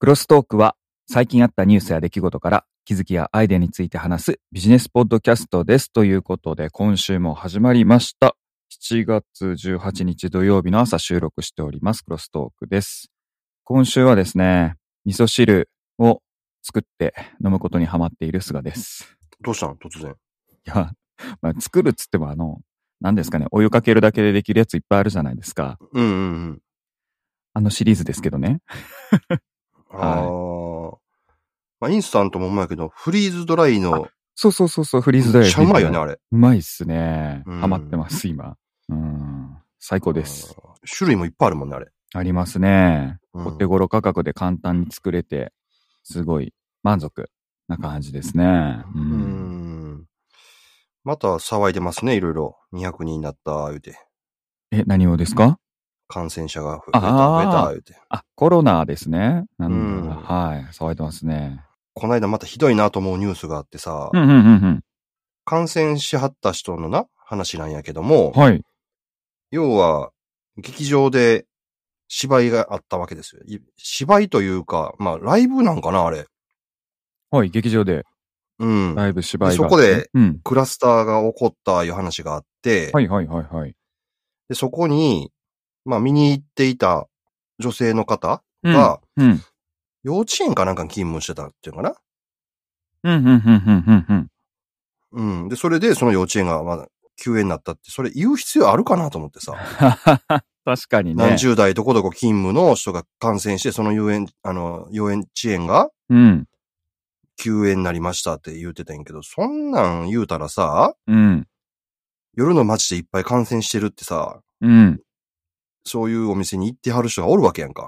クロストークは最近あったニュースや出来事から気づきやアイデアについて話すビジネスポッドキャストです。ということで今週も始まりました。7月18日土曜日の朝収録しております。クロストークです。今週はですね、味噌汁を作って飲むことにハマっている菅です。 どうしたの突然。 いや、作るっつっても何ですかね、お湯かけるだけでできるやついっぱいあるじゃないですか。シリーズですけどね。 インスタントもうまいけど、フリーズドライの。 そう、フリーズドライ。 めっちゃうまいよね、あれ。 うまいっすね。ハマってます、今。最高です。 種類もいっぱいあるもんね、あれ。 ありますね。お手頃価格で簡単に作れて、すごい満足な感じですね。 また騒いでますね、いろいろ。200人になった、言うて。 何をですか？ 感染者が増えた、言うて。 コロナですね。はい、騒いでますね。 この間またひどいなと思うニュースがあってさ、感染しはった人のな、話なんやけども、 はい。 要は、劇場で芝居があったわけですよ。芝居というか、ライブなんかな、あれ。 はい、劇場で。ライブ芝居が。 そこで、クラスターが起こったいう話があって、 はい。 で、そこに、見に行っていた女性の方が、幼稚園かなんかに勤務してたっていうのかな。で、それでその幼稚園が休園になったって、それ言う必要あるかなと思ってさ。 確かにね。 何十代どこどこ勤務の人が感染して、その幼稚園が、休園になりましたって言うてたんやけど、そんなん言うたらさ、夜の街でいっぱい感染してるってさ、そういうお店に行ってはる人がおるわけやんか。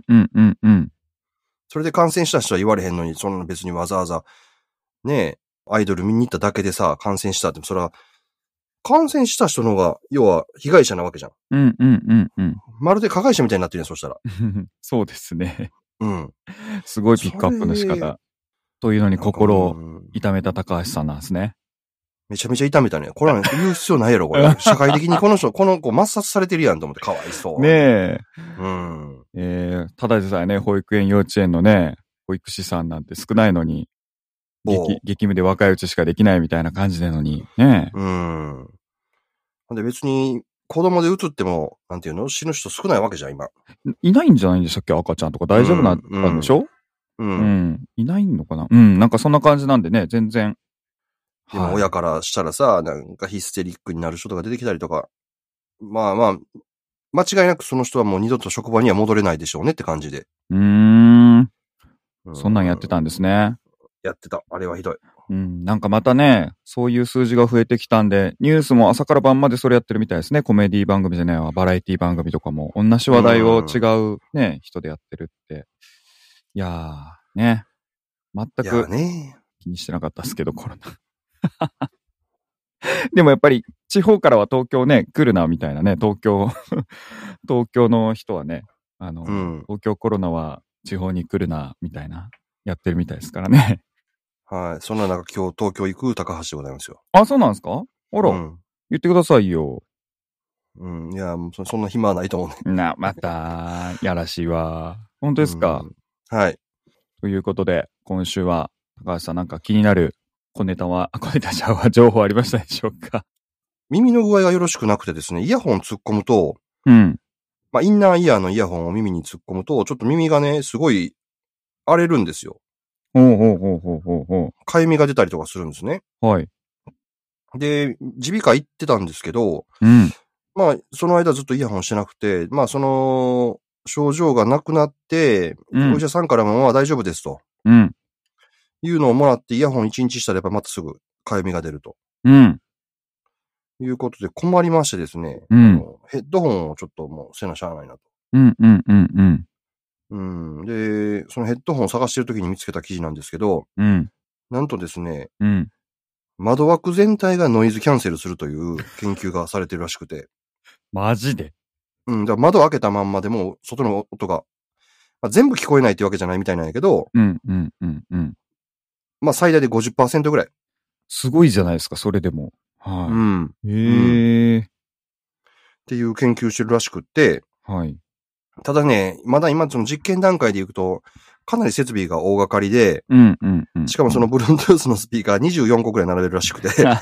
それで感染した人は言われへんのに、そんな別にわざわざ、ねえ、アイドル見に行っただけでさ、感染したって、それは、感染した人の方が、要は被害者なわけじゃん。まるで加害者みたいになってるやん、そしたら。 そうですね。すごいピックアップの仕方。というのに心を痛めた高橋さんなんですね。 めちゃめちゃ痛めたね。これは言う必要ないやろ、これ。社会的にこの子抹殺されてるやんと思って、かわいそう。 ねえ。ただでさえね、保育園幼稚園のね、保育士さんなんて少ないのに、激務で若いうちしかできないみたいな感じなのに、ね。 で別に、子供で移っても、なんていうの？死ぬ人少ないわけじゃん、今。 いないんじゃないんでしたっけ？赤ちゃんとか大丈夫なったんでしょ？いないのかな？なんかそんな感じなんでね、全然。 でも親からしたらさ、なんかヒステリックになる人とか出てきたりとか、間違いなくその人はもう二度と職場には戻れないでしょうねって感じで。 そんなんやってたんですね。 やってた。あれはひどい。 なんかまたね、そういう数字が増えてきたんで、ニュースも朝から晩までそれやってるみたいですね。コメディ番組じゃないわ、バラエティ番組とかも。同じ話題を違うね、人でやってるって。いやー、ね。全く気にしてなかったですけど、コロナ。でもやっぱり地方からは東京ね、来るな、みたいなね、東京の人はね、東京コロナは地方に来るな、みたいな、やってるみたいですからね。 はい。そんな中今日東京行く高橋でございますよ。 あ、そうなんですか？あら、言ってくださいよ。 いや、そんな暇はないと思うね。 また、やらしいわ。本当ですか？ はい。 ということで、今週は、高橋さんなんか気になる小ネタ情報ありましたでしょうか？ 耳の具合がよろしくなくてですね、イヤホン突っ込むと、インナーイヤーのイヤホンを耳に突っ込むと、ちょっと耳がね、すごい荒れるんですよ。かゆみが出たりとかするんですね。 はい。 で、耳鼻科行ってたんですけど、その間ずっとイヤホンしてなくて、その、症状がなくなって、お医者さんからも大丈夫ですと。いうのをもらってイヤホン1日したらやっぱまたすぐかゆみが出ると。いうことで困りましてですね、ヘッドホンをちょっともうせなしゃあないなと。で、そのヘッドホンを探してる時に見つけた記事なんですけど、なんとですね、窓枠全体がノイズキャンセルするという研究がされてるらしくて。 マジで？ だから窓を開けたまんまでも外の音が、全部聞こえないってわけじゃないみたいなんやけど、最大で 50% ぐらい。 すごいじゃないですか、それでも。 っていう研究してるらしくって、ただね、まだ今その実験段階でいくと、 かなり設備が大掛かりで、しかもその Bluetooth のスピーカー24個くらい並べるらしくて。だ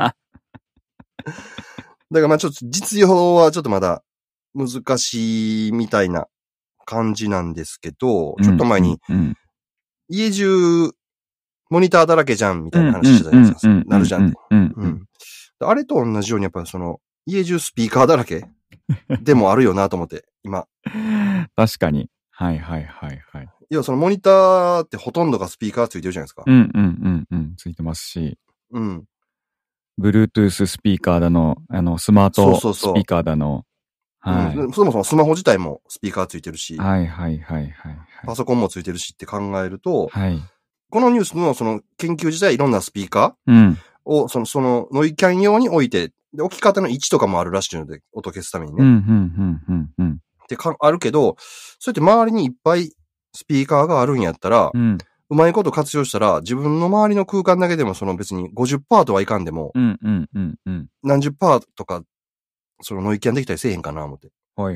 からまあちょっと実用はちょっとまだ難しいみたいな感じなんですけど、ちょっと前に、家中モニターだらけじゃんみたいな話したじゃないですか。なるじゃんって。あれと同じようにやっぱりその、家中スピーカーだらけでもあるよなと思って、今。 確かに。はいはいはいはい。 要はそのモニターってほとんどがスピーカーついてるじゃないですか。 ついてますし。 Bluetooth スピーカーだの、スマートスピーカーだの。 はい。そもそもスマホ自体もスピーカーついてるし。 はい。 パソコンもついてるしって考えると、 はい。 このニュースのその研究自体いろんなスピーカーを、そのノイキャン用に置いて、で、置き方の位置とかもあるらしいので、音消すためにね。ってあるけど、そうやって周りにいっぱいスピーカーがあるんやったら、うまいこと活用したら、自分の周りの空間だけでもその別に 50% とはいかんでも、何十%とか、そのノイキャンできたりせえへんかな、思って。 はい。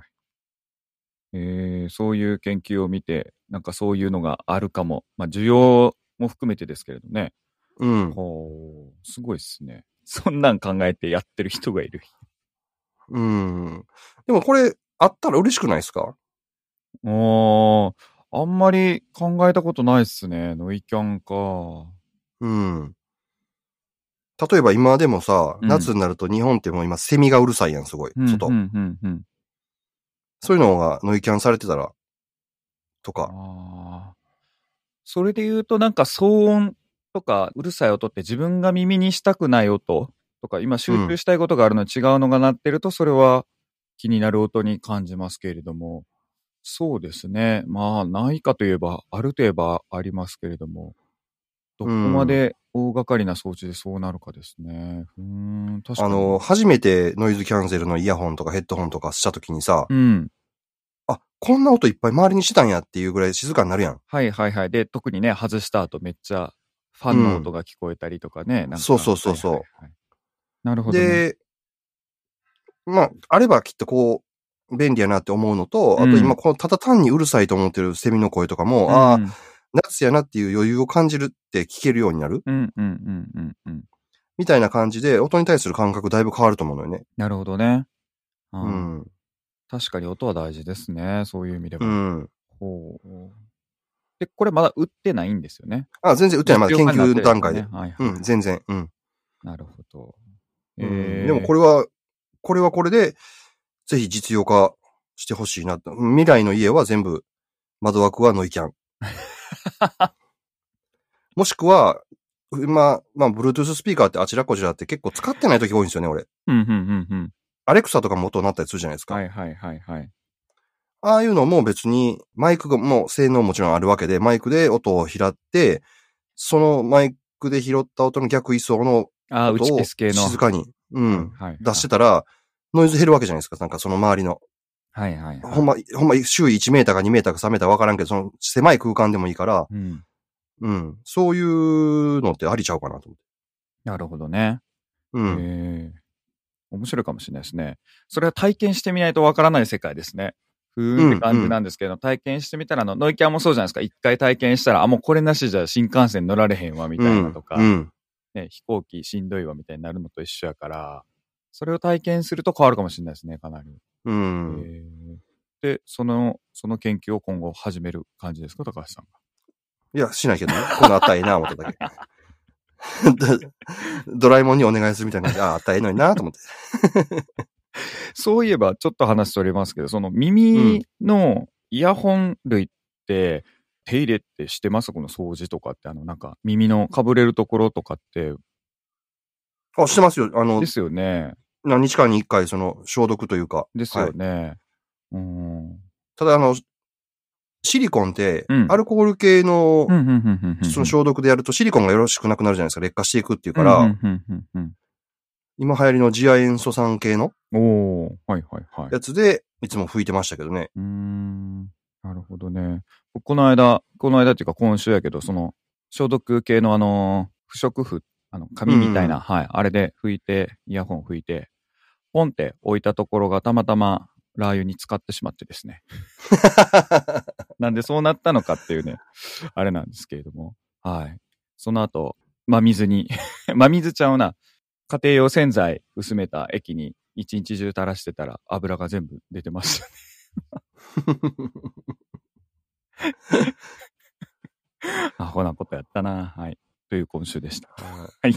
そういう研究を見て、なんかそういうのがあるかも。まあ、需要も含めてですけれどね。すごいっすね。そんなん考えてやってる人がいる。 でもこれ、あったら嬉しくないですか？ あんまり考えたことないっすね。ノイキャンか。 例えば今でもさ、夏になると日本ってもう今セミがうるさいやん、すごい。外。そういうのがノイキャンされてたら、とか。 それで言うとなんか騒音とかうるさい音って自分が耳にしたくない音とか今集中したいことがあるのに違うのが鳴ってるとそれは気になる音に感じますけれども、そうですね。まあないかといえばあるといえばありますけれども、どこまで大掛かりな装置でそうなるかですね。確かに。 初めてノイズキャンセルのイヤホンとかヘッドホンとかしたときにさ、あ、こんな音いっぱい周りにしてたんやっていうぐらい静かになるやん。 はい。で、特にね、外した後めっちゃファンの音が聞こえたりとかね。なんかそう。 なるほどね。 で、まあ、あればきっとこう、便利やなって思うのと、あと今このただ単にうるさいと思ってるセミの声とかも、夏やなっていう余裕を感じるって聞けるようになる。みたいな感じで、音に対する感覚だいぶ変わると思うのよね。 なるほどね。確かに音は大事ですね。そういう意味では。で、これまだ売ってないんですよね。 全然売ってない。まだ研究段階で。全然。 なるほど。 でもこれはこれで、ぜひ実用化してほしいなと。未来の家は全部、窓枠はノイキャン。もしくは、まあ、Bluetooth スピーカーってあちらこちらって結構使ってない時多いんですよね、俺。アレクサとかも音鳴ったりするじゃないですか。 はい。 ああいうのも別に、マイクがもう性能もちろんあるわけで、マイクで音を拾って、そのマイクで拾った音の逆位相の音を静かに、出してたら、ノイズ減るわけじゃないですか。なんかその周りの。ほんま、周囲1メーターか2メーターか3メーターか分からんけど、その狭い空間でもいいから、そういうのってありちゃうかなと思って。 なるほどね。面白いかもしれないですね。それは体験してみないとわからない世界ですね。って感じなんですけど、体験してみたらノイキャンもそうじゃないですか。一回体験したら、もうこれなしじゃ新幹線乗られへんわ、みたいなとか、飛行機しんどいわ、みたいになるのと一緒やから、それを体験すると変わるかもしれないですね、かなり。で、その研究を今後始める感じですか、高橋さんが。 いや、しないけどね。こんなあったらいいな、思っただけ。ドラえもんにお願いするみたいな感じで、あったらいいのにな、と思って。 そういえば、ちょっと話それますけど、その耳のイヤホン類って、手入れってしてます？この掃除とかって、なんか耳のかぶれるところとかって。 してますよ。 ですよね。 何日間に一回、その、消毒というか。 ですよね。 ただ、シリコンって、アルコール系の、その消毒でやるとシリコンがよろしくなくなるじゃないですか。劣化していくっていうから、今流行りの次亜塩素酸系の、やつで、いつも拭いてましたけどね。 なるほどね。この間っていうか今週やけど、その、消毒系の不織布、紙みたいな、あれで拭いて、イヤホン拭いて、ポンって置いたところがたまたまラー油に使ってしまってですね。 なんでそうなったのかっていうね、あれなんですけれども。はい。その後、真水に、真水ちゃうな。家庭用洗剤薄めた液に一日中垂らしてたら油が全部出てましたね。アホなことやったな。はい。という今週でした。はい。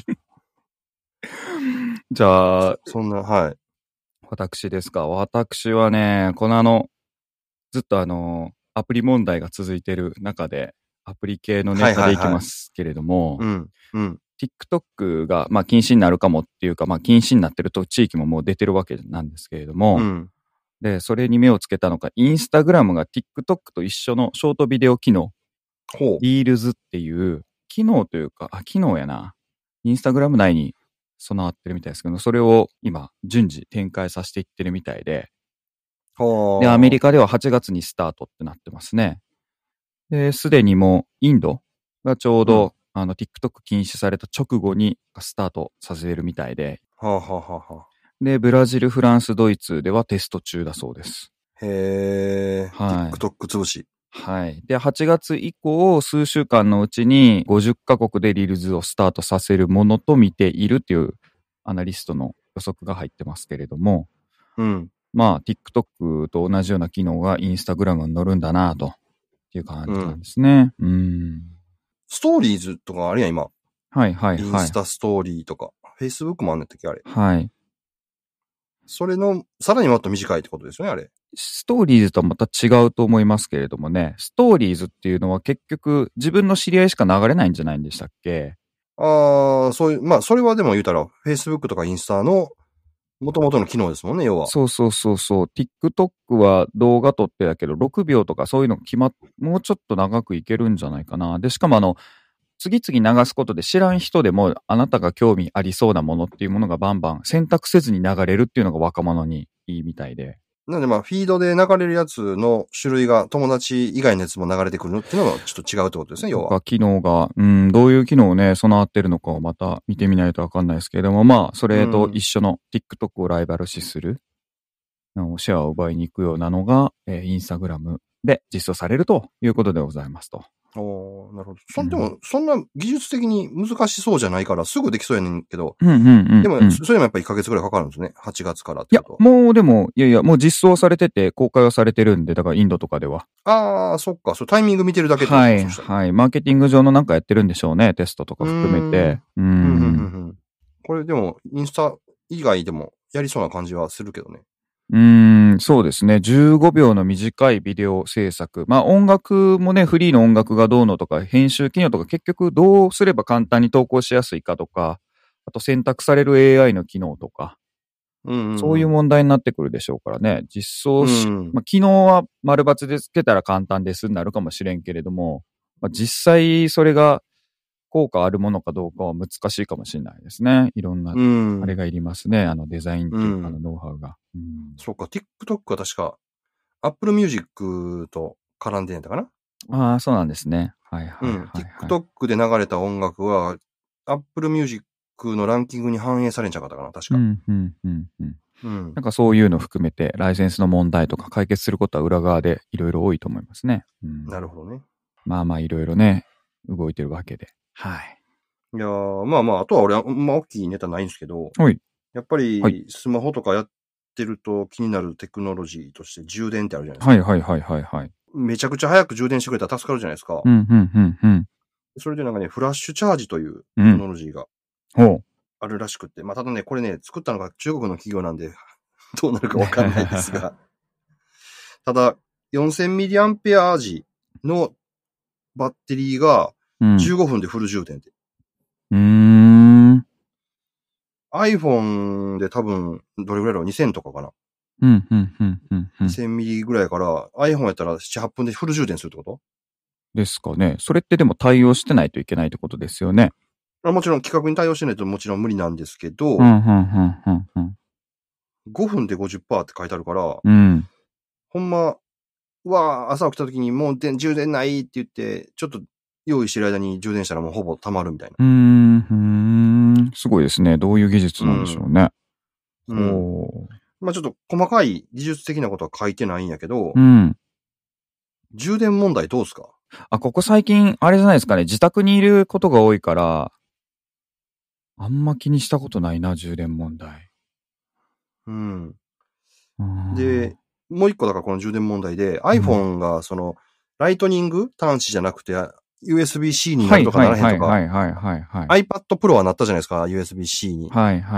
じゃあ、 そんな、はい。 私ですか。私はね、このずっとアプリ問題が続いている中で、アプリ系のネタでいきますけれども、TikTok が、まあ、禁止になるかもっていうか、まあ、禁止になってると地域ももう出てるわけなんですけれども、で、それに目をつけたのか、インスタグラムが TikTok と一緒のショートビデオ機能、リールズっていう機能というか、機能やな。インスタグラム内に備わってるみたいですけど、それを今、順次展開させていってるみたいで、で、アメリカでは8月にスタートってなってますね。で、すでにもうインドがちょうど、TikTok 禁止された直後にスタートさせるみたいで、で、ブラジル、フランス、ドイツではテスト中だそうです。 へー。はい、TikTok 潰し。 はい。で、8月以降、数週間のうちに50カ国でリルズをスタートさせるものと見ているっていうアナリストの予測が入ってますけれども、まあ、TikTok と同じような機能が Instagram に乗るんだなという感じなんですね。 ストーリーズとかあるやん、今。 はいはいはい。 インスタストーリーとか。Facebook もあんねんったっけ、あれ。 はい。 それの、さらにもっと短いってことですよね、あれ。 ストーリーズとはまた違うと思いますけれどもね。ストーリーズっていうのは結局自分の知り合いしか流れないんじゃないんでしたっけ？ そういう、まあ、それはでも言うたら、Facebook とかインスタの元々の機能ですもんね、要は。 そう。TikTok は動画撮ってだけど、6秒とかそういうのもうちょっと長くいけるんじゃないかな。で、しかも次々流すことで知らん人でもあなたが興味ありそうなものっていうものがバンバン選択せずに流れるっていうのが若者にいいみたいで。 なんでまあ、フィードで流れるやつの種類が友達以外のやつも流れてくるのっていうのがちょっと違うってことですね、要は。 機能が、どういう機能をね、備わってるのかをまた見てみないとわかんないですけれども、まあ、それと一緒の TikTok をライバル視する、シェアを奪いに行くようなのが、インスタグラムで実装されるということでございますと。 なるほど。でも、そんな技術的に難しそうじゃないから、すぐできそうやねんけど。でも、それもやっぱ1ヶ月くらいかかるんですね。8月からってことは。 もうもう実装されてて、公開はされてるんで、だからインドとかでは。 そっか。タイミング見てるだけってことですか？はい。マーケティング上のなんかやってるんでしょうね。テストとか含めて。 これでも、インスタ以外でもやりそうな感じはするけどね。 そうですね。15秒の短いビデオ制作。まあ音楽もね、フリーの音楽がどうのとか、編集機能とか、結局どうすれば簡単に投稿しやすいかとか、あと選択される AI の機能とか、そういう問題になってくるでしょうからね。実装まあ機能は丸×でつけたら簡単ですになるかもしれんけれども、まあ、実際それが効果あるものかどうかは難しいかもしれないですね。いろんな、あれがいりますね。デザインっていうかノウハウが。 そうか、TikTok は確か、Apple Music と絡んでんだかな？ そうなんですね。 TikTok で流れた音楽は、Apple Music のランキングに反映されんちゃうかったかな、確か。なんかそういうの含めて、ライセンスの問題とか解決することは裏側でいろいろ多いと思いますね。 なるほどね。 まあいろいろね、動いてるわけで。はい。 いやー、あとは俺は、大きいネタないんですけど、やっぱり、スマホとかやってると気になるテクノロジーとして充電ってあるじゃないですか。めちゃくちゃ早く充電してくれたら助かるじゃないですか。それでなんかね、フラッシュチャージというテクノロジーがあるらしくて、まあただね、これね、作ったのが中国の企業なんで、どうなるかわかんないですが、ただ、4000mAh のバッテリーが15分でフル充電で。iPhone で多分、どれぐらいだろう ?2000 とかかな。2000ミリぐらいから、iPhone やったら7、8分でフル充電するってことですかね。それってでも対応してないといけないってことですよね。 もちろん規格に対応してないともちろん無理なんですけど、5分で 50% って書いてあるから、ほんま、朝起きた時にもう充電ないって言って、ちょっと用意してる間に充電したらもうほぼ溜まるみたいな。 すごいですね。どういう技術なんでしょうね。 まあちょっと細かい技術的なことは書いてないんやけど、 充電問題どうすか？ ここ最近、あれじゃないですかね、自宅にいることが多いから、あんま気にしたことないな、充電問題。 うん。で、もう一個だからこの充電問題で、iPhone がライトニング端子じゃなくて、USB-C になるとかならへんとか、iPad Pro はなったじゃないですか、USB-C に。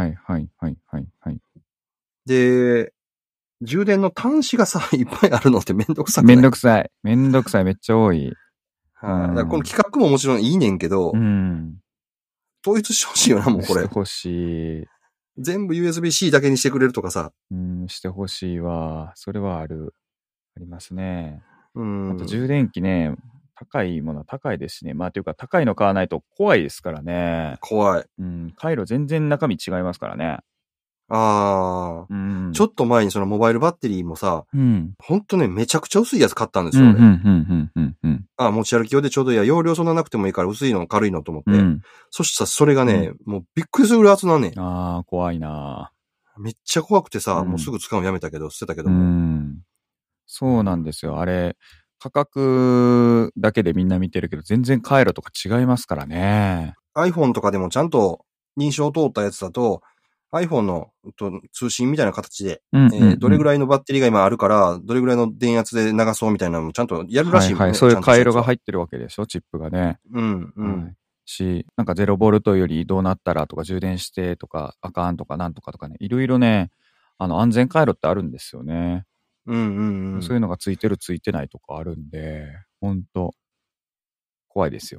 で、充電の端子がさ、いっぱいあるのってめんどくさくない？ めんどくさい、めっちゃ多い。 だからこの企画ももちろんいいねんけど、統一してほしいよな、もうこれ。 してほしい。 全部 USB-C だけにしてくれるとかさ。 してほしいわ。それはありますね。あと充電器ね、高いものは高いですしね。というか高いの買わないと怖いですからね。 怖い。 回路全然中身違いますからね。 ちょっと前にそのモバイルバッテリーもさ、ほんとね、めちゃくちゃ薄いやつ買ったんですよ、持ち歩き用でちょうどいいや、容量そんななくてもいいから薄いの軽いのと思って。そしたらそれがね、もうびっくりするぐらい厚なんねん。 怖いな。 めっちゃ怖くてさ、もうすぐ使うのやめたけど、捨てたけども。 そうなんですよ。あれ、価格だけでみんな見てるけど、全然回路とか違いますからね。 iPhone とかでもちゃんと認証通ったやつだと、iPhone の通信みたいな形で、どれぐらいのバッテリーが今あるから、どれぐらいの電圧で流そうみたいなのもちゃんとやるらしいもんね。 そういう回路が入ってるわけでしょ、チップがね。なんか0ボルトよりどうなったらとか充電してとか、あかんとかなんとかとかね、いろいろね、安全回路ってあるんですよね。そういうのがついてるついてないとかあるんで、ほんと、怖いですよ。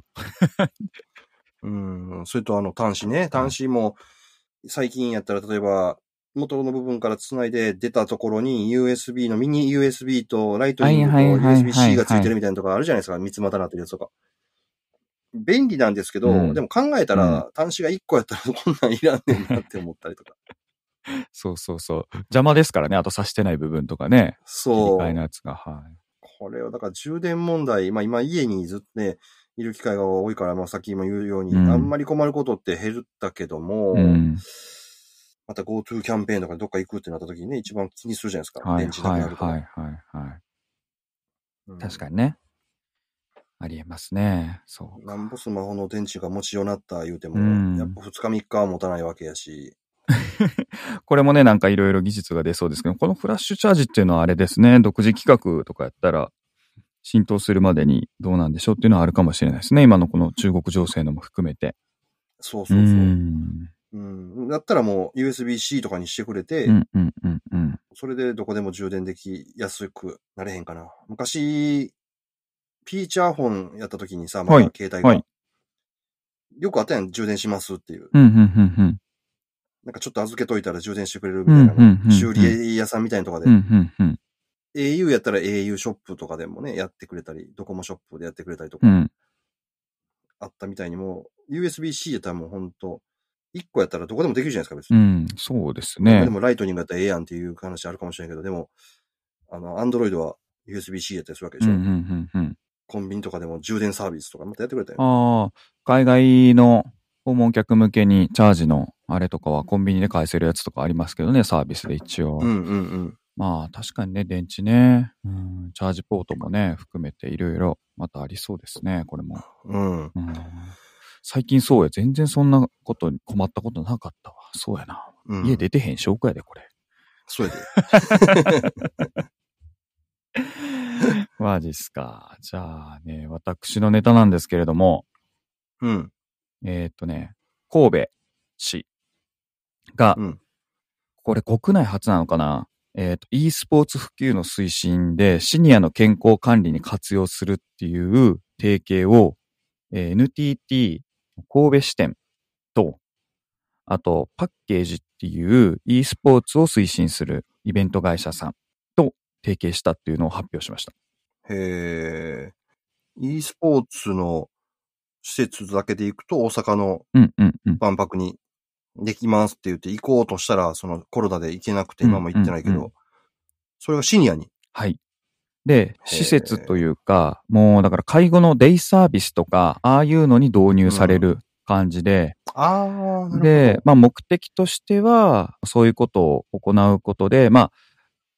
それと端子ね。端子も、最近やったら例えば、元の部分から繋いで出たところに USB のミニ USB とライトニングと USB-C がついてるみたいなとこあるじゃないですか。三つ股なってるやつとか。便利なんですけど、でも考えたら、端子が1個やったらこんなんいらんねんなって思ったりとか。 そう。邪魔ですからね。あと挿してない部分とかね。 そう。 切り替えのやつが。 これはだから充電問題、今家にずっとね、いる機会が多いから、さっきも言うように、あんまり困ることって減ったけども、また GoTo キャンペーンとかどっか行くってなった時にね、一番気にするじゃないですか。電池なくなると。 確かにね。ありえますね。そう。 なんぼスマホの電池が持ちようなった言うても、やっぱ2日3日は持たないわけやし。 これもね、なんかいろいろ技術が出そうですけど、このフラッシュチャージっていうのはあれですね、独自規格とかやったら、浸透するまでにどうなんでしょうっていうのはあるかもしれないですね。今のこの中国情勢のも含めて。 そう。だったらもう USB-C とかにしてくれて、それでどこでも充電できやすくなれへんかな。昔、ピーチャーフォンやった時にさ、まだ携帯が。よくあったやん、充電しますっていう。なんかちょっと預けといたら充電してくれるみたいな。修理屋さんみたいなとかで。au やったら au ショップとかでもね、やってくれたり、ドコモショップでやってくれたりとか。あったみたいにもう、USB-C やったらもうほんと、1個やったらどこでもできるじゃないですか、別に。 そうですね。 でもライトニングやったらええやんっていう話あるかもしれないけど、でも、Android は USB-C やったりするわけでしょ。コンビニとかでも充電サービスとかまたやってくれたよ。 海外の訪問客向けにチャージのあれとかはコンビニで返せるやつとかありますけどね、サービスで一応。確かにね、電池ね、チャージポートもね、含めていろいろまたありそうですね、これも。最近そうや、全然そんなことに困ったことなかったわ。そうやな。家出てへん証拠やで、これ。 そうやで。 マジっすか。じゃあね、私のネタなんですけれども、神戸市が、これ国内初なのかな？e スポーツ普及の推進でシニアの健康管理に活用するっていう提携を、NTT 神戸支店と、あとパッケージっていう e スポーツを推進するイベント会社さんと提携したっていうのを発表しました。 へー。e スポーツの施設だけで行くと大阪の万博にできますって言って行こうとしたら、そのコロナで行けなくて今も行ってないけど、それがシニアに。 はい。で、施設というか、もうだから介護のデイサービスとか、ああいうのに導入される感じで、で、目的としては、そういうことを行うことで、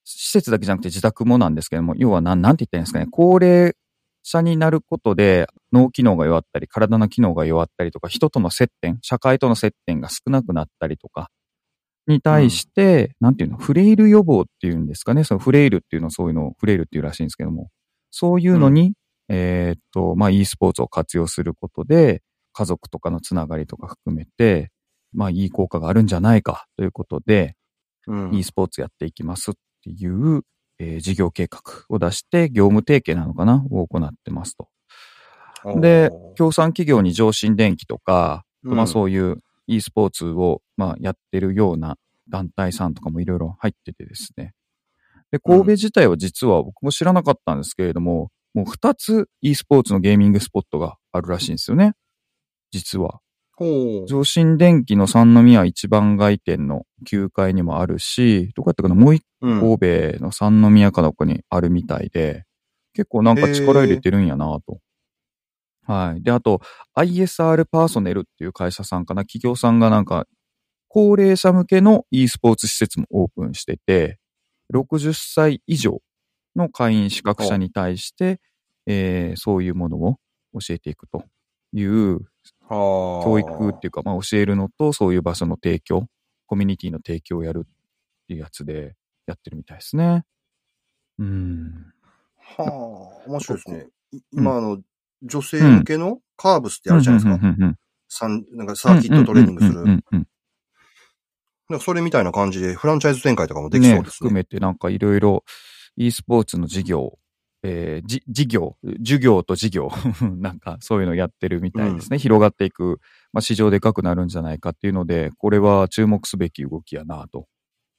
施設だけじゃなくて自宅もなんですけども、要はなんて言ったらいいんですかね、高齢者になることで脳機能が弱ったり、体の機能が弱ったりとか、人との接点、社会との接点が少なくなったりとか、に対して、なんていうの、フレイル予防っていうんですかね、そのフレイルっていうのをそういうのをフレイルっていうらしいんですけども、そういうのに、まあ e スポーツを活用することで、家族とかのつながりとか含めて、まあいい効果があるんじゃないかということで、e スポーツやっていきますっていう、事業計画を出して、業務提携なのかなを行ってますと。で、協賛企業に上信電機とか、まあそういう e スポーツをまあやってるような団体さんとかもいろいろ入っててですね。で、神戸自体は実は僕も知らなかったんですけれども、もう2つ e スポーツのゲーミングスポットがあるらしいんですよね。実は。上信電機の三宮一番街店の9階にもあるし、どこやったかな、もう一個神戸の三宮かどこにあるみたいで、結構なんか力入れてるんやなと。はい。で、あと、ISR パーソネルっていう会社さんかな、企業さんがなんか、高齢者向けの e スポーツ施設もオープンしてて、60歳以上の会員資格者に対して、そういうものを教えていくという教育っていうか、まあ教えるのとそういう場所の提供、コミュニティの提供をやるっていうやつでやってるみたいですね。 はあ、面白いですね。今女性向けのカーブスってあるじゃないですか。なんかサーキットトレーニングする。なんかそれみたいな感じでフランチャイズ展開とかもできそうですね。 含めてなんかいろいろ e スポーツの授業と事業なんかそういうのやってるみたいですね。広がっていく、まあ、市場でかくなるんじゃないかっていうので、これは注目すべき動きやなと。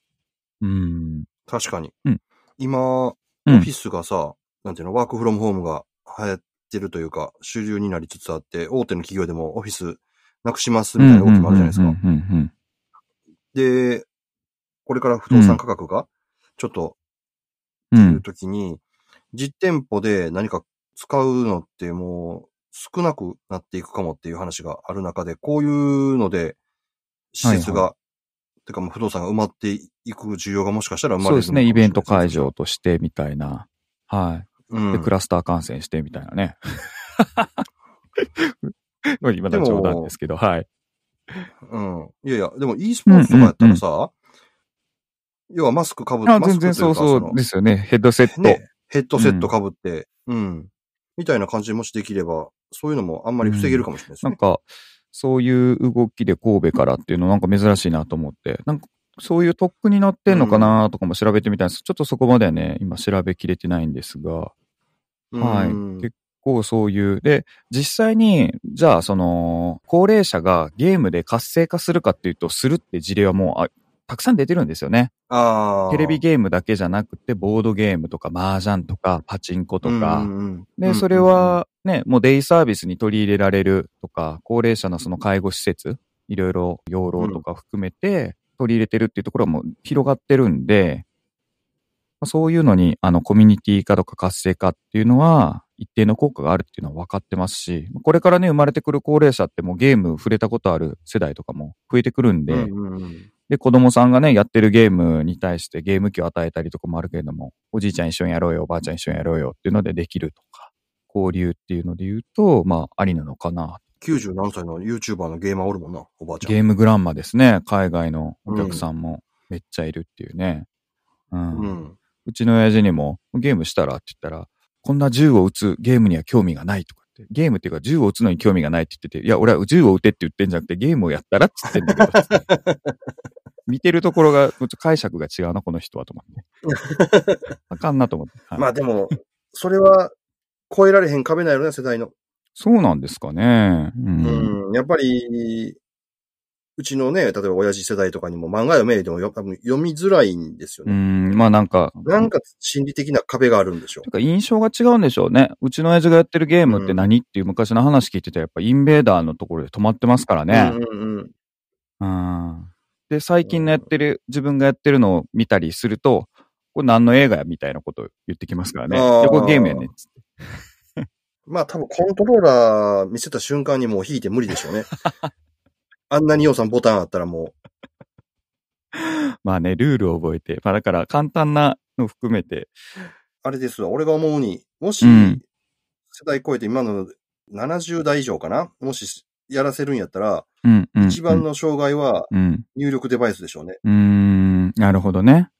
確かに。今、オフィスがさ、なんていうの、ワークフロムホームが流行ってるというか、主流になりつつあって、大手の企業でもオフィスなくしますみたいな動きもあるじゃないですか。で、これから不動産価格がちょっとっていう時に、実店舗で何か使うのってもう少なくなっていくかもっていう話がある中で、こういうので施設が、てかもう不動産が埋まっていく需要がもしかしたら生まれるのかもしれない。 そうですね、イベント会場としてみたいな。はい。で、クラスター感染してみたいなね。今のは冗談ですけど、はい。 いやいや、でも e スポーツとかやったらさ、要はマスク被って、 全然そうですよね。ヘッドセット。 ね、ヘッドセット被って、みたいな感じにもしできれば、そういうのもあんまり防げるかもしれないですね。 なんか、そういう動きで神戸からっていうのなんか珍しいなと思って、なんかそういう特区になってんのかなとかも調べてみたんです。ちょっとそこまではね、今調べきれてないんですが、はい。結構そういう。で、実際に、じゃあ高齢者がゲームで活性化するかっていうと、するって事例はもうたくさん出てるんですよね。テレビゲームだけじゃなくて、ボードゲームとか、麻雀とか、パチンコとか。で、それはね、もうデイサービスに取り入れられるとか、高齢者のその介護施設、いろいろ養老とか含めて取り入れてるっていうところはもう広がってるんで、そういうのに、コミュニティ化とか活性化っていうのは、一定の効果があるっていうのは分かってますし、これからね、生まれてくる高齢者ってもうゲーム触れたことある世代とかも増えてくるんで、で、子供さんがね、やってるゲームに対してゲーム機を与えたりとかもあるけれども、おじいちゃん一緒にやろうよ、おばあちゃん一緒にやろうよっていうのでできるとか、交流っていうので言うと、まあ、ありなのかな。 90何歳の YouTuber のゲーマーおるもんな、おばあちゃん。 ゲームグランマですね。海外のお客さんもめっちゃいるっていうね。うちの親父にも、ゲームしたらって言ったら、こんな銃を撃つゲームには興味がないとかって。ゲームっていうか銃を撃つのに興味がないって言ってて、いや、俺は銃を撃てって言ってんじゃなくてゲームをやったらって言ってんだけど、見てるところが、解釈が違うな、この人はと思って。あかんなと思って。 まあでも、それは超えられへん壁ないよね、世代の。 そうなんですかね。 やっぱり、うちのね、例えば親父世代とかにも漫画読めでも読みづらいんですよね。 まあなんか心理的な壁があるんでしょう。 印象が違うんでしょうね。うちの親父がやってるゲームって何っていう昔の話聞いてたらやっぱインベーダーのところで止まってますからね。で、最近の自分がやってるのを見たりすると、これ何の映画やみたいなことを言ってきますからね。これゲームやねっつって。 まあ多分コントローラー見せた瞬間にもう引いて無理でしょうね。あんなに予算ボタンあったらもう。 まあね、ルールを覚えて。まあだから簡単なの含めて。 あれですわ、俺が思うに、もし、世代超えて今の70代以上かな、もしやらせるんやったら、一番の障害は、入力デバイスでしょうね。 なるほどね。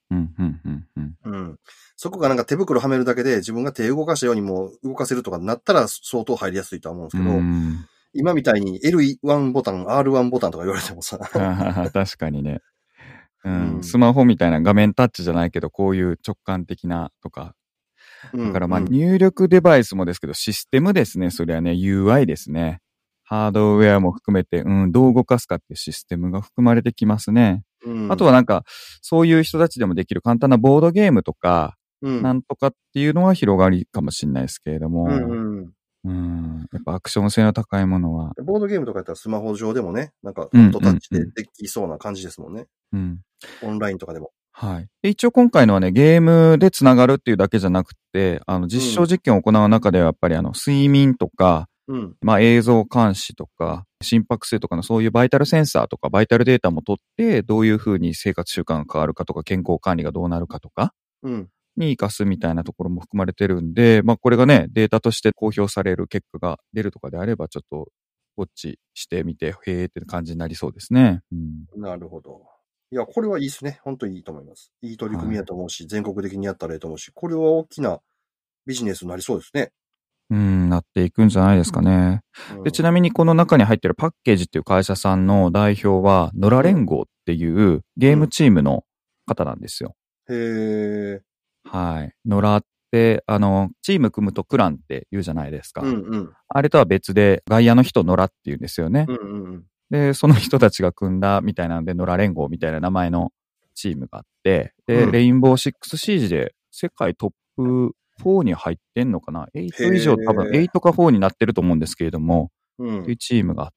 そこがなんか手袋はめるだけで自分が手動かしたようにも動かせるとかなったら相当入りやすいとは思うんですけど、今みたいに L1 ボタン、R1 ボタンとか言われてもさ。 確かにね。スマホみたいな画面タッチじゃないけど、こういう直感的なとか。だからまあ入力デバイスもですけど、システムですね。それはね、UI ですね。ハードウェアも含めて、どう動かすかっていうシステムが含まれてきますね。あとはなんか、そういう人たちでもできる簡単なボードゲームとか、なんとかっていうのは広がりかもしれないですけれども。やっぱアクション性の高いものは。 ボードゲームとかやったらスマホ上でもね、なんかフットタッチでできそうな感じですもんね。オンラインとかでも。 はい。で、一応今回のはね、ゲームでつながるっていうだけじゃなくて、実証実験を行う中ではやっぱり睡眠とか、まあ映像監視とか、心拍数とかのそういうバイタルセンサーとかバイタルデータも取って、どういうふうに生活習慣が変わるかとか、健康管理がどうなるかとか、に活かすみたいなところも含まれてるんで、まあこれがね、データとして公表される結果が出るとかであれば、ちょっとウォッチしてみて、へーって感じになりそうですね。 なるほど。いや、これはいいですね。本当にいいと思います。いい取り組みやと思うし、全国的にやったらいいと思うし、これは大きなビジネスになりそうですね。 なっていくんじゃないですかね。で、ちなみにこの中に入ってるパッケージっていう会社さんの代表は、野良連合っていうゲームチームの方なんですよ。 へー。 はい。野良って、チーム組むとクランって言うじゃないですか。あれとは別で、外野の人野良って言うんですよね。で、その人たちが組んだみたいなんで、野良連合みたいな名前のチームがあって、で、レインボーシックスシージで世界トップ4に入ってんのかな ?8 以上多分、8か4になってると思うんですけれども、っていうチームがあって、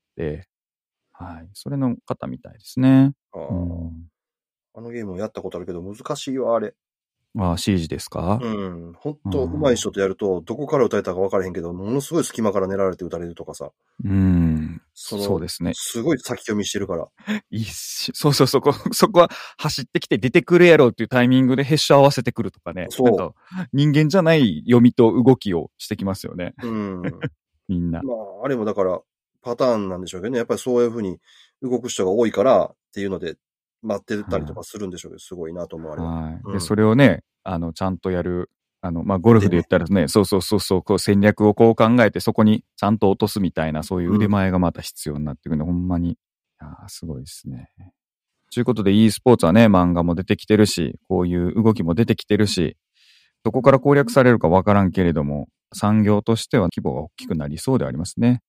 はい。それの方みたいですね。 あのゲームをやったことあるけど、難しいわ、あれ。 シージですか？ ほんと、上手い人とやると、どこから撃たれたか分からへんけど、ものすごい隙間から狙われて撃たれるとかさ。 そうですね。 すごい先読みしてるから。 そう、そこは走ってきて出てくるやろっていうタイミングでヘッシュ合わせてくるとかね。なんか、人間じゃない読みと動きをしてきますよね。みんな。 まあ、あれもだから、パターンなんでしょうけどね。やっぱりそういう風に動く人が多いからっていうので、待ってたりとかするんでしょうけど、すごいなと思われます。で、それをね、ちゃんとやる、まあ、ゴルフで言ったらね、そう、こう戦略をこう考えてそこにちゃんと落とすみたいな、そういう腕前がまた必要になってくるんで、ほんまに、すごいですね。ということで e スポーツはね、漫画も出てきてるし、こういう動きも出てきてるし、どこから攻略されるかわからんけれども、産業としては規模が大きくなりそうでありますね。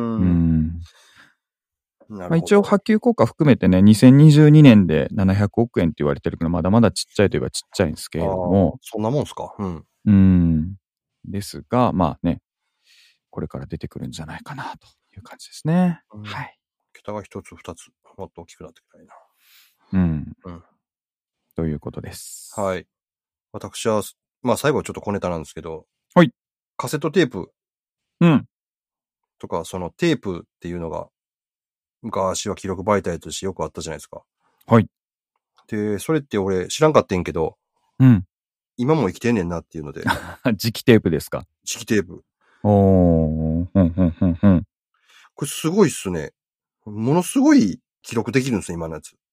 まあ、一応波及効果含めてね、2022年で700億円って言われてるけど、まだまだちっちゃいといえばちっちゃいんですけれども。 そんなもんすか？ ですが、まあね、これから出てくるんじゃないかなという感じですね。はい。 桁が一つ二つ、もっと大きくなってきたいな。 ということです。 はい。私は、まあ最後はちょっと小ネタなんですけど、 はい。 カセットテープ。とか、そのテープっていうのが、昔は記録媒体としてよくあったじゃないですか。 はい。 で、それって俺知らんかってんけど、今も生きてんねんなっていうので。 磁気テープですか？ 磁気テープ。 これすごいっすね。ものすごい記録できるんですね、今のやつ。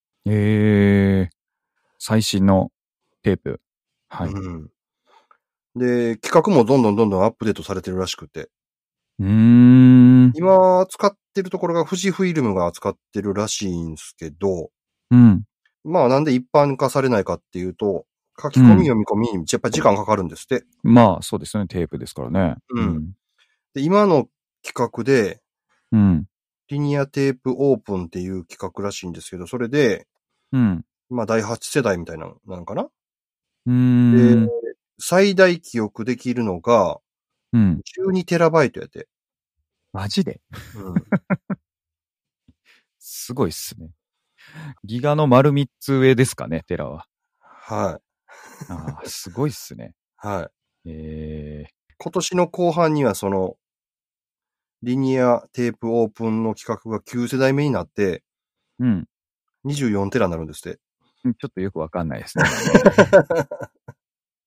最新のテープ。はい。 で、企画もどんどんアップデートされてるらしくて。今使ってるところが富士フイルムが扱ってるらしいんですけど、まあなんで一般化されないかっていうと、書き込み読み込みにやっぱり時間かかるんですって。 まあそうですね、テープですからね。 で、今の企画で、リニアテープオープンっていう企画らしいんですけど、それで、まあ第8世代みたいなのかな？で、最大記憶できるのが、12テラバイトやて。 マジで？すごいっすね。ギガの丸3つ上ですかね、テラは。 はい。 すごいっすね。 はい。今年の後半にはその、リニアテープオープンの企画が9世代目になって、24テラになるんですって。 ちょっとよくわかんないですね。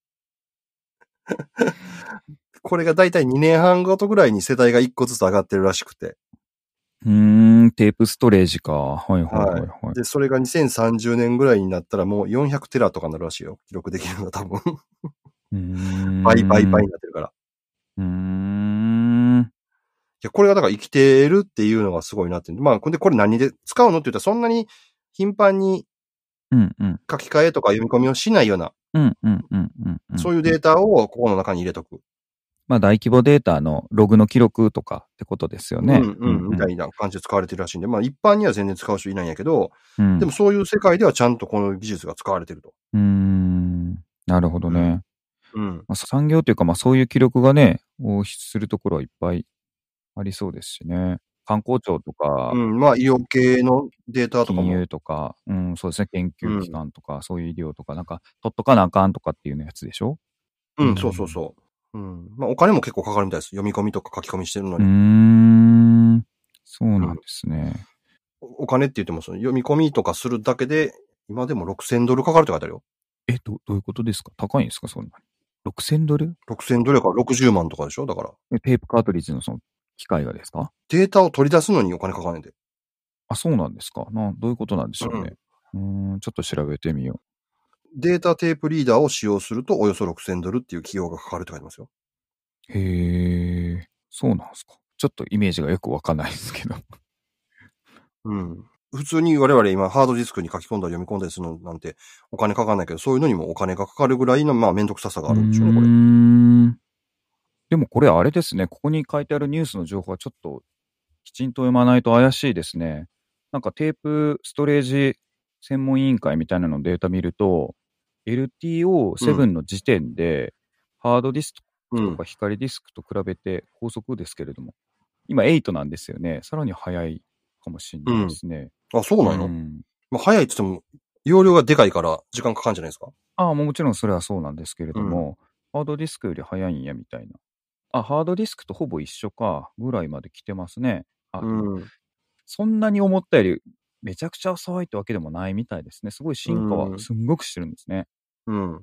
これがだいたい2年半ごとぐらいに世代が1個ずつ上がってるらしくて。 テープストレージか。はいはいはいはい。 で、それが2030年ぐらいになったらもう400テラとかになるらしいよ。記録できるのが多分。倍になってるから。いや、これがだから生きてるっていうのがすごいなって。まあ、これ何で使うのって言ったらそんなに頻繁に書き換えとか読み込みをしないような、そういうデータをここの中に入れとく。 まあ、大規模データのログの記録とかってことですよね。 みたいな感じで使われてるらしいんで、まあ一般には全然使う人いないんやけど、でもそういう世界ではちゃんとこの技術が使われてると。 なるほどね。まあ、産業というか、まあそういう記録がね、放出するところはいっぱいありそうですしね。観光庁とか、 まあ医療系のデータとかも。 金融とか、そうですね、研究機関とか、そういう医療とか、なんか、取っとかなあかんとかっていうやつでしょ？ そうそうそう。まあお金も結構かかるみたいです。読み込みとか書き込みしてるのに。 そうなんですね。 お金って言っても、読み込みとかするだけで、今でも$6000かかるって書いてあるよ。 どういうことですか？高いんですか？そんなに。$6000？$6000 やから60万とかでしょ？だから。 テープカートリッジのその機械がですか？ データを取り出すのにお金かかんねんで。 あ、そうなんですか。どういうことなんでしょうね。ちょっと調べてみよう。 データテープリーダーを使用するとおよそ$6000っていう費用がかかるって書いてますよ。 へえ、そうなんですか。ちょっとイメージがよくわかんないですけど。 普通に我々今ハードディスクに書き込んだり読み込んだりするのなんてお金かかんないけど、そういうのにもお金がかかるぐらいのまあめんどくささがあるんでしょうね、これ。 でもこれあれですね、ここに書いてあるニュースの情報はちょっときちんと読まないと怪しいですね。なんかテープストレージ専門委員会みたいなのデータ見ると、LTO7 の時点で、ハードディスクとか光ディスクと比べて高速ですけれども、今8なんですよね。さらに早いかもしれないですね。 あ、そうなの？まあ早いって言っても、容量がでかいから時間かかるんじゃないですか？ もちろんそれはそうなんですけれども、ハードディスクより早いんやみたいな。ハードディスクとほぼ一緒か、ぐらいまで来てますね。そんなに思ったより、めちゃくちゃ遅いってわけでもないみたいですね。すごい進化はすんごくしてるんですね。はい。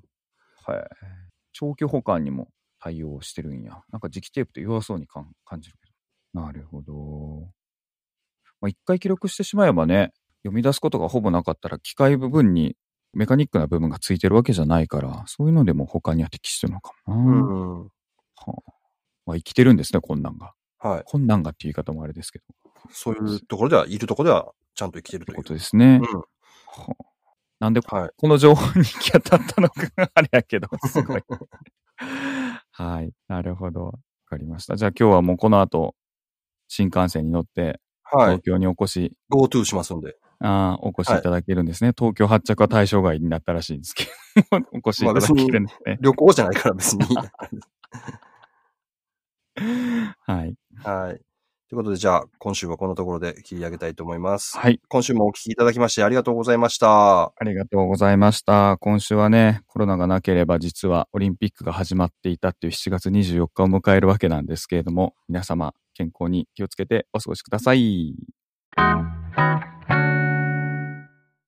長期保管にも対応してるんや。なんか磁気テープと弱そうに感じるけど。なるほど。まあ、一回記録してしまえばね、読み出すことがほぼなかったら、機械部分にメカニックな部分がついてるわけじゃないから、そういうのでも他には適してるのかもな。まあ、生きてるんですね、こんなんが。こんなんがっていう言い方もあれですけど。 そういうところでは、いるところではちゃんと生きてるということですね。なんで、この情報に行き当たったのかあれやけど、すごい。はい。なるほど。わかりました。じゃあ今日はもうこの後、新幹線に乗って、東京にお越し。 GoTo しますんで。 お越しいただけるんですね。東京発着は対象外になったらしいんですけど、お越しいただけるんですね。 旅行じゃないから別に。 はい。 ということで、じゃあ、今週はこのところで切り上げたいと思います。 はい。 今週もお聞きいただきましてありがとうございました。 ありがとうございました。今週はね、コロナがなければ実はオリンピックが始まっていたっていう7月24日を迎えるわけなんですけれども、皆様健康に気をつけてお過ごしください。